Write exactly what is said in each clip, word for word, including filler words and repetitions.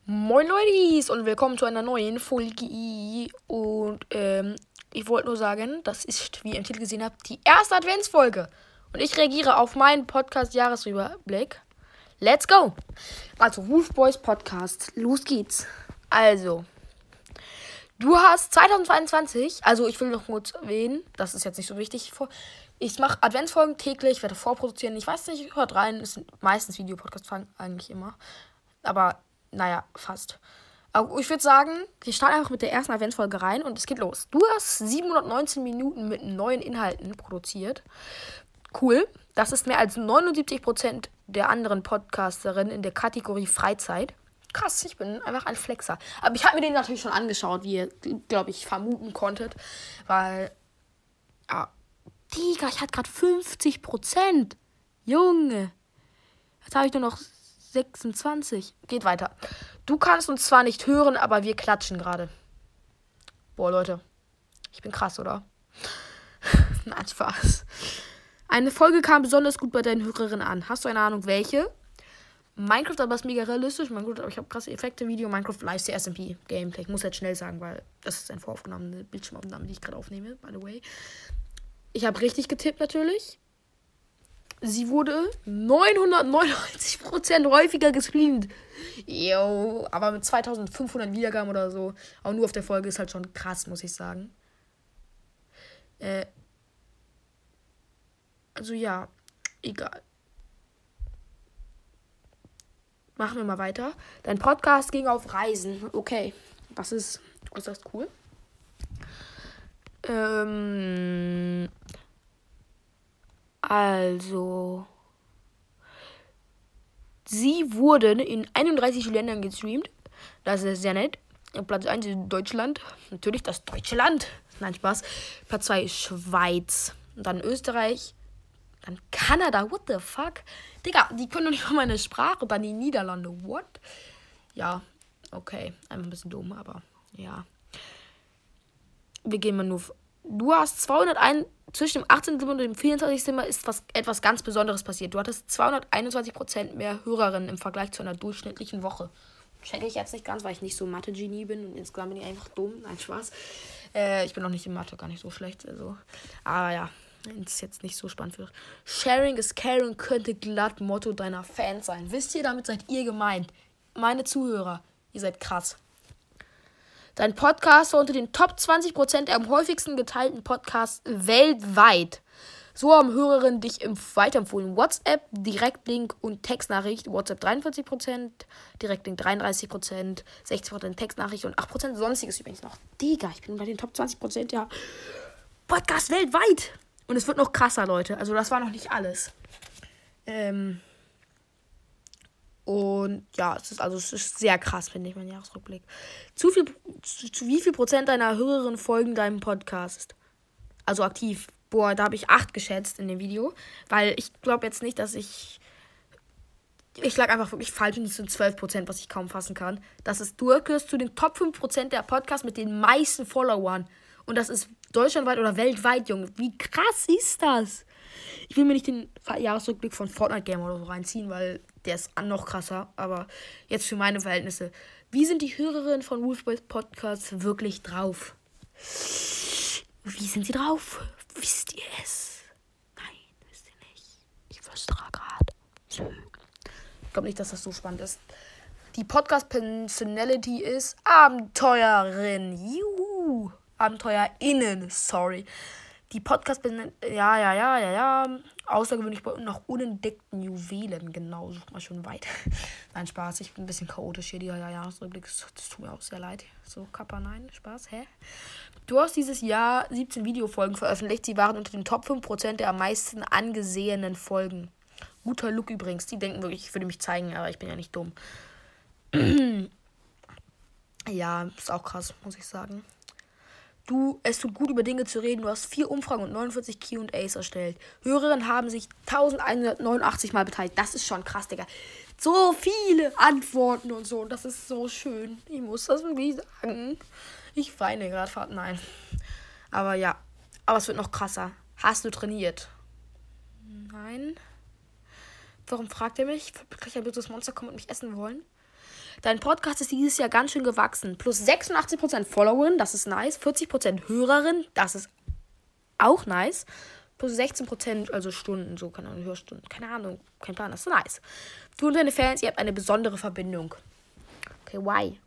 Moin Leute und willkommen zu einer neuen Folge. Und ähm, ich wollte nur sagen, das ist, wie ihr im Titel gesehen habt, die erste Adventsfolge. Und ich reagiere auf meinen Podcast-Jahresüberblick. Let's go! Also, Wolf Boys Podcast. Los geht's. Also, du hast zweitausendzweiundzwanzig, also ich will noch kurz erwähnen, das ist jetzt nicht so wichtig. Ich mache Adventsfolgen täglich, werde vorproduzieren. Ich weiß nicht, hört rein. Es sind meistens Videopodcast-Folgen, eigentlich immer. Aber naja, fast. Aber ich würde sagen, wir starten einfach mit der ersten Adventsfolge rein und es geht los. Du hast siebenhundertneunzehn Minuten mit neuen Inhalten produziert. Cool. Das ist mehr als neunundsiebzig Prozent der anderen Podcasterinnen in der Kategorie Freizeit. Krass, ich bin einfach ein Flexer. Aber ich habe mir den natürlich schon angeschaut, wie ihr, glaube ich, vermuten konntet. Weil, ja, Digga, ich hatte gerade fünfzig Prozent. Junge. Jetzt habe ich nur noch sechsundzwanzig. Geht weiter. Du kannst uns zwar nicht hören, aber wir klatschen gerade. Boah, Leute. Ich bin krass, oder? Nein, Spaß. Eine Folge kam besonders gut bei deinen Hörerinnen an. Hast du eine Ahnung, welche? Minecraft, aber ist mega realistisch. Mein Gott, aber ich habe krasse Effekte. Video, Minecraft, Live, C S M P, Gameplay. Ich muss jetzt schnell sagen, weil das ist ein voraufgenommene Bildschirmaufnahme, die ich gerade aufnehme, by the way. Ich habe richtig getippt, natürlich. Sie wurde neunhundertneunundneunzig Prozent häufiger gestreamt. Yo, aber mit zweitausendfünfhundert Wiedergaben oder so. Auch nur auf der Folge ist halt schon krass, muss ich sagen. Äh. Also ja, egal. Machen wir mal weiter. Dein Podcast ging auf Reisen. Okay, das ist, das ist cool. Ähm... Also, sie wurden in einunddreißig Ländern gestreamt. Das ist sehr nett. Platz eins ist Deutschland. Natürlich das deutsche Land. Nein, Spaß. Platz zwei ist Schweiz. Und dann Österreich. Dann Kanada. What the fuck? Digga, die können doch nicht mal meine Sprache. Und dann die Niederlande. What? Ja, okay. Einfach ein bisschen dumm, aber ja. Wir gehen mal nur... Du hast zweihunderteins, zwischen dem achtzehnten und dem vierundzwanzigsten ist was, etwas ganz Besonderes passiert. Du hattest zweihunderteinundzwanzig Prozent mehr Hörerinnen im Vergleich zu einer durchschnittlichen Woche. Checke ich jetzt nicht ganz, weil ich nicht so Mathe-Genie bin und insgesamt bin ich einfach dumm. Nein, Spaß. Äh, ich bin noch nicht in Mathe, gar nicht so schlecht. Also. Aber ja, das ist jetzt nicht so spannend für dich. Sharing is caring könnte glatt Motto deiner Fans sein. Wisst ihr, damit seid ihr gemeint. Meine Zuhörer, ihr seid krass. Dein Podcast war unter den Top zwanzig Prozent der am häufigsten geteilten Podcasts weltweit. So haben Hörerinnen dich im weiterempfohlen. WhatsApp, Direktlink und Textnachricht. WhatsApp dreiundvierzig Prozent, Direktlink dreiunddreißig Prozent, sechzig Prozent Textnachricht und acht Prozent sonstiges übrigens noch. Digga, ich bin bei den Top zwanzig Prozent der Podcasts weltweit. Und es wird noch krasser, Leute. Also das war noch nicht alles. Ähm... Und ja, es ist also es ist sehr krass, finde ich, mein Jahresrückblick. Zu viel, zu, zu wie viel Prozent deiner Hörerinnen folgen deinem Podcast? Also aktiv. Boah, da habe ich acht geschätzt in dem Video. Weil ich glaube jetzt nicht, dass ich... Ich lag einfach wirklich falsch und es sind zwölf Prozent, was ich kaum fassen kann. Das ist, du gehörst zu den Top fünf Prozent der Podcasts mit den meisten Followern. Und das ist deutschlandweit oder weltweit, Junge. Wie krass ist das? Ich will mir nicht den Jahresrückblick von Fortnite Gamer oder so reinziehen, weil der ist noch krasser. Aber jetzt für meine Verhältnisse. Wie sind die Hörerinnen von Wolfboys Podcast wirklich drauf? Wie sind sie drauf? Wisst ihr es? Nein, wisst ihr nicht. Ich flüstere gerade. Ich glaube nicht, dass das so spannend ist. Die Podcast-Personality ist Abenteuerin. Juhu. AbenteuerInnen, sorry. Die Podcast, ja, ja, ja, ja, ja. Außergewöhnlich bei nach unentdeckten Juwelen. Genau, sucht mal schon weit. Nein, Spaß. Ich bin ein bisschen chaotisch hier. Ja, ja, ja. Das tut mir auch sehr leid. So, Kappa, nein, Spaß, hä? Du hast dieses Jahr siebzehn Videofolgen veröffentlicht. Sie waren unter den Top fünf Prozent der am meisten angesehenen Folgen. Guter Look übrigens. Die denken wirklich, ich würde mich zeigen, aber ich bin ja nicht dumm. Ja, ist auch krass, muss ich sagen. Du, es tut gut, über Dinge zu reden. Du hast vier Umfragen und neunundvierzig Q und A's erstellt. Hörerinnen haben sich elfhundertneunundachtzig Mal beteiligt. Das ist schon krass, Digga. So viele Antworten und so. Das ist so schön. Ich muss das wirklich sagen. Ich weine gerade. Nein. Aber ja. Aber es wird noch krasser. Hast du trainiert? Nein. Warum fragt er mich? Wird gleich ein böses Monster kommen und mich essen wollen? Dein Podcast ist dieses Jahr ganz schön gewachsen. Plus sechsundachtzig Prozent Followerin, das ist nice. vierzig Prozent Hörerin, das ist auch nice. Plus sechzehn Prozent, also Stunden, so, keine Ahnung, Hörstunden. Keine Ahnung, kein Plan, das ist nice. Du und deine Fans, ihr habt eine besondere Verbindung. Okay, why?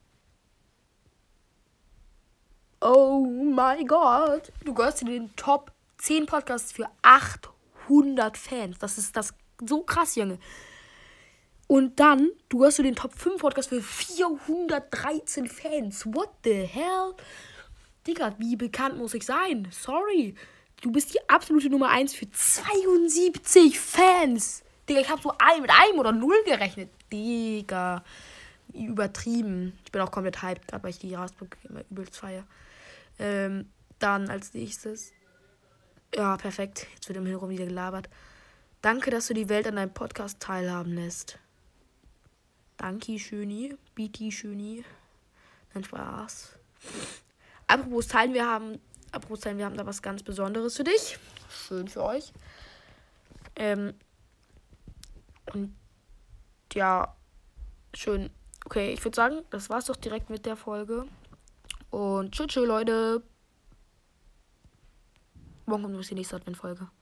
Oh my God. Du gehörst in den Top zehn Podcasts für achthundert Fans. Das ist das so krass, Junge. Und dann, du gehörst zu den Top fünf Podcasts für vierhundertdreizehn Fans. What the hell? Digga, wie bekannt muss ich sein? Sorry. Du bist die absolute Nummer eins für zweiundsiebzig Fans. Digga, ich habe so ein, mit einem oder null gerechnet. Digga. Übertrieben. Ich bin auch komplett hyped, gerade weil ich die Rasburg immer übelst feiere. Ähm, dann als nächstes. Ja, perfekt. Jetzt wird im Hintergrund wieder gelabert. Danke, dass du die Welt an deinem Podcast teilhaben lässt. Danke, Schöni. Biti, Schöni. Nein, Spaß. Apropos teilen, wir haben, apropos teilen, wir haben da was ganz Besonderes für dich. Schön für euch. Ähm, und ja, schön. Okay, ich würde sagen, das war's doch direkt mit der Folge. Und tschüss, tschüss, Leute. Morgen kommt übrigens die nächste Advent-Folge.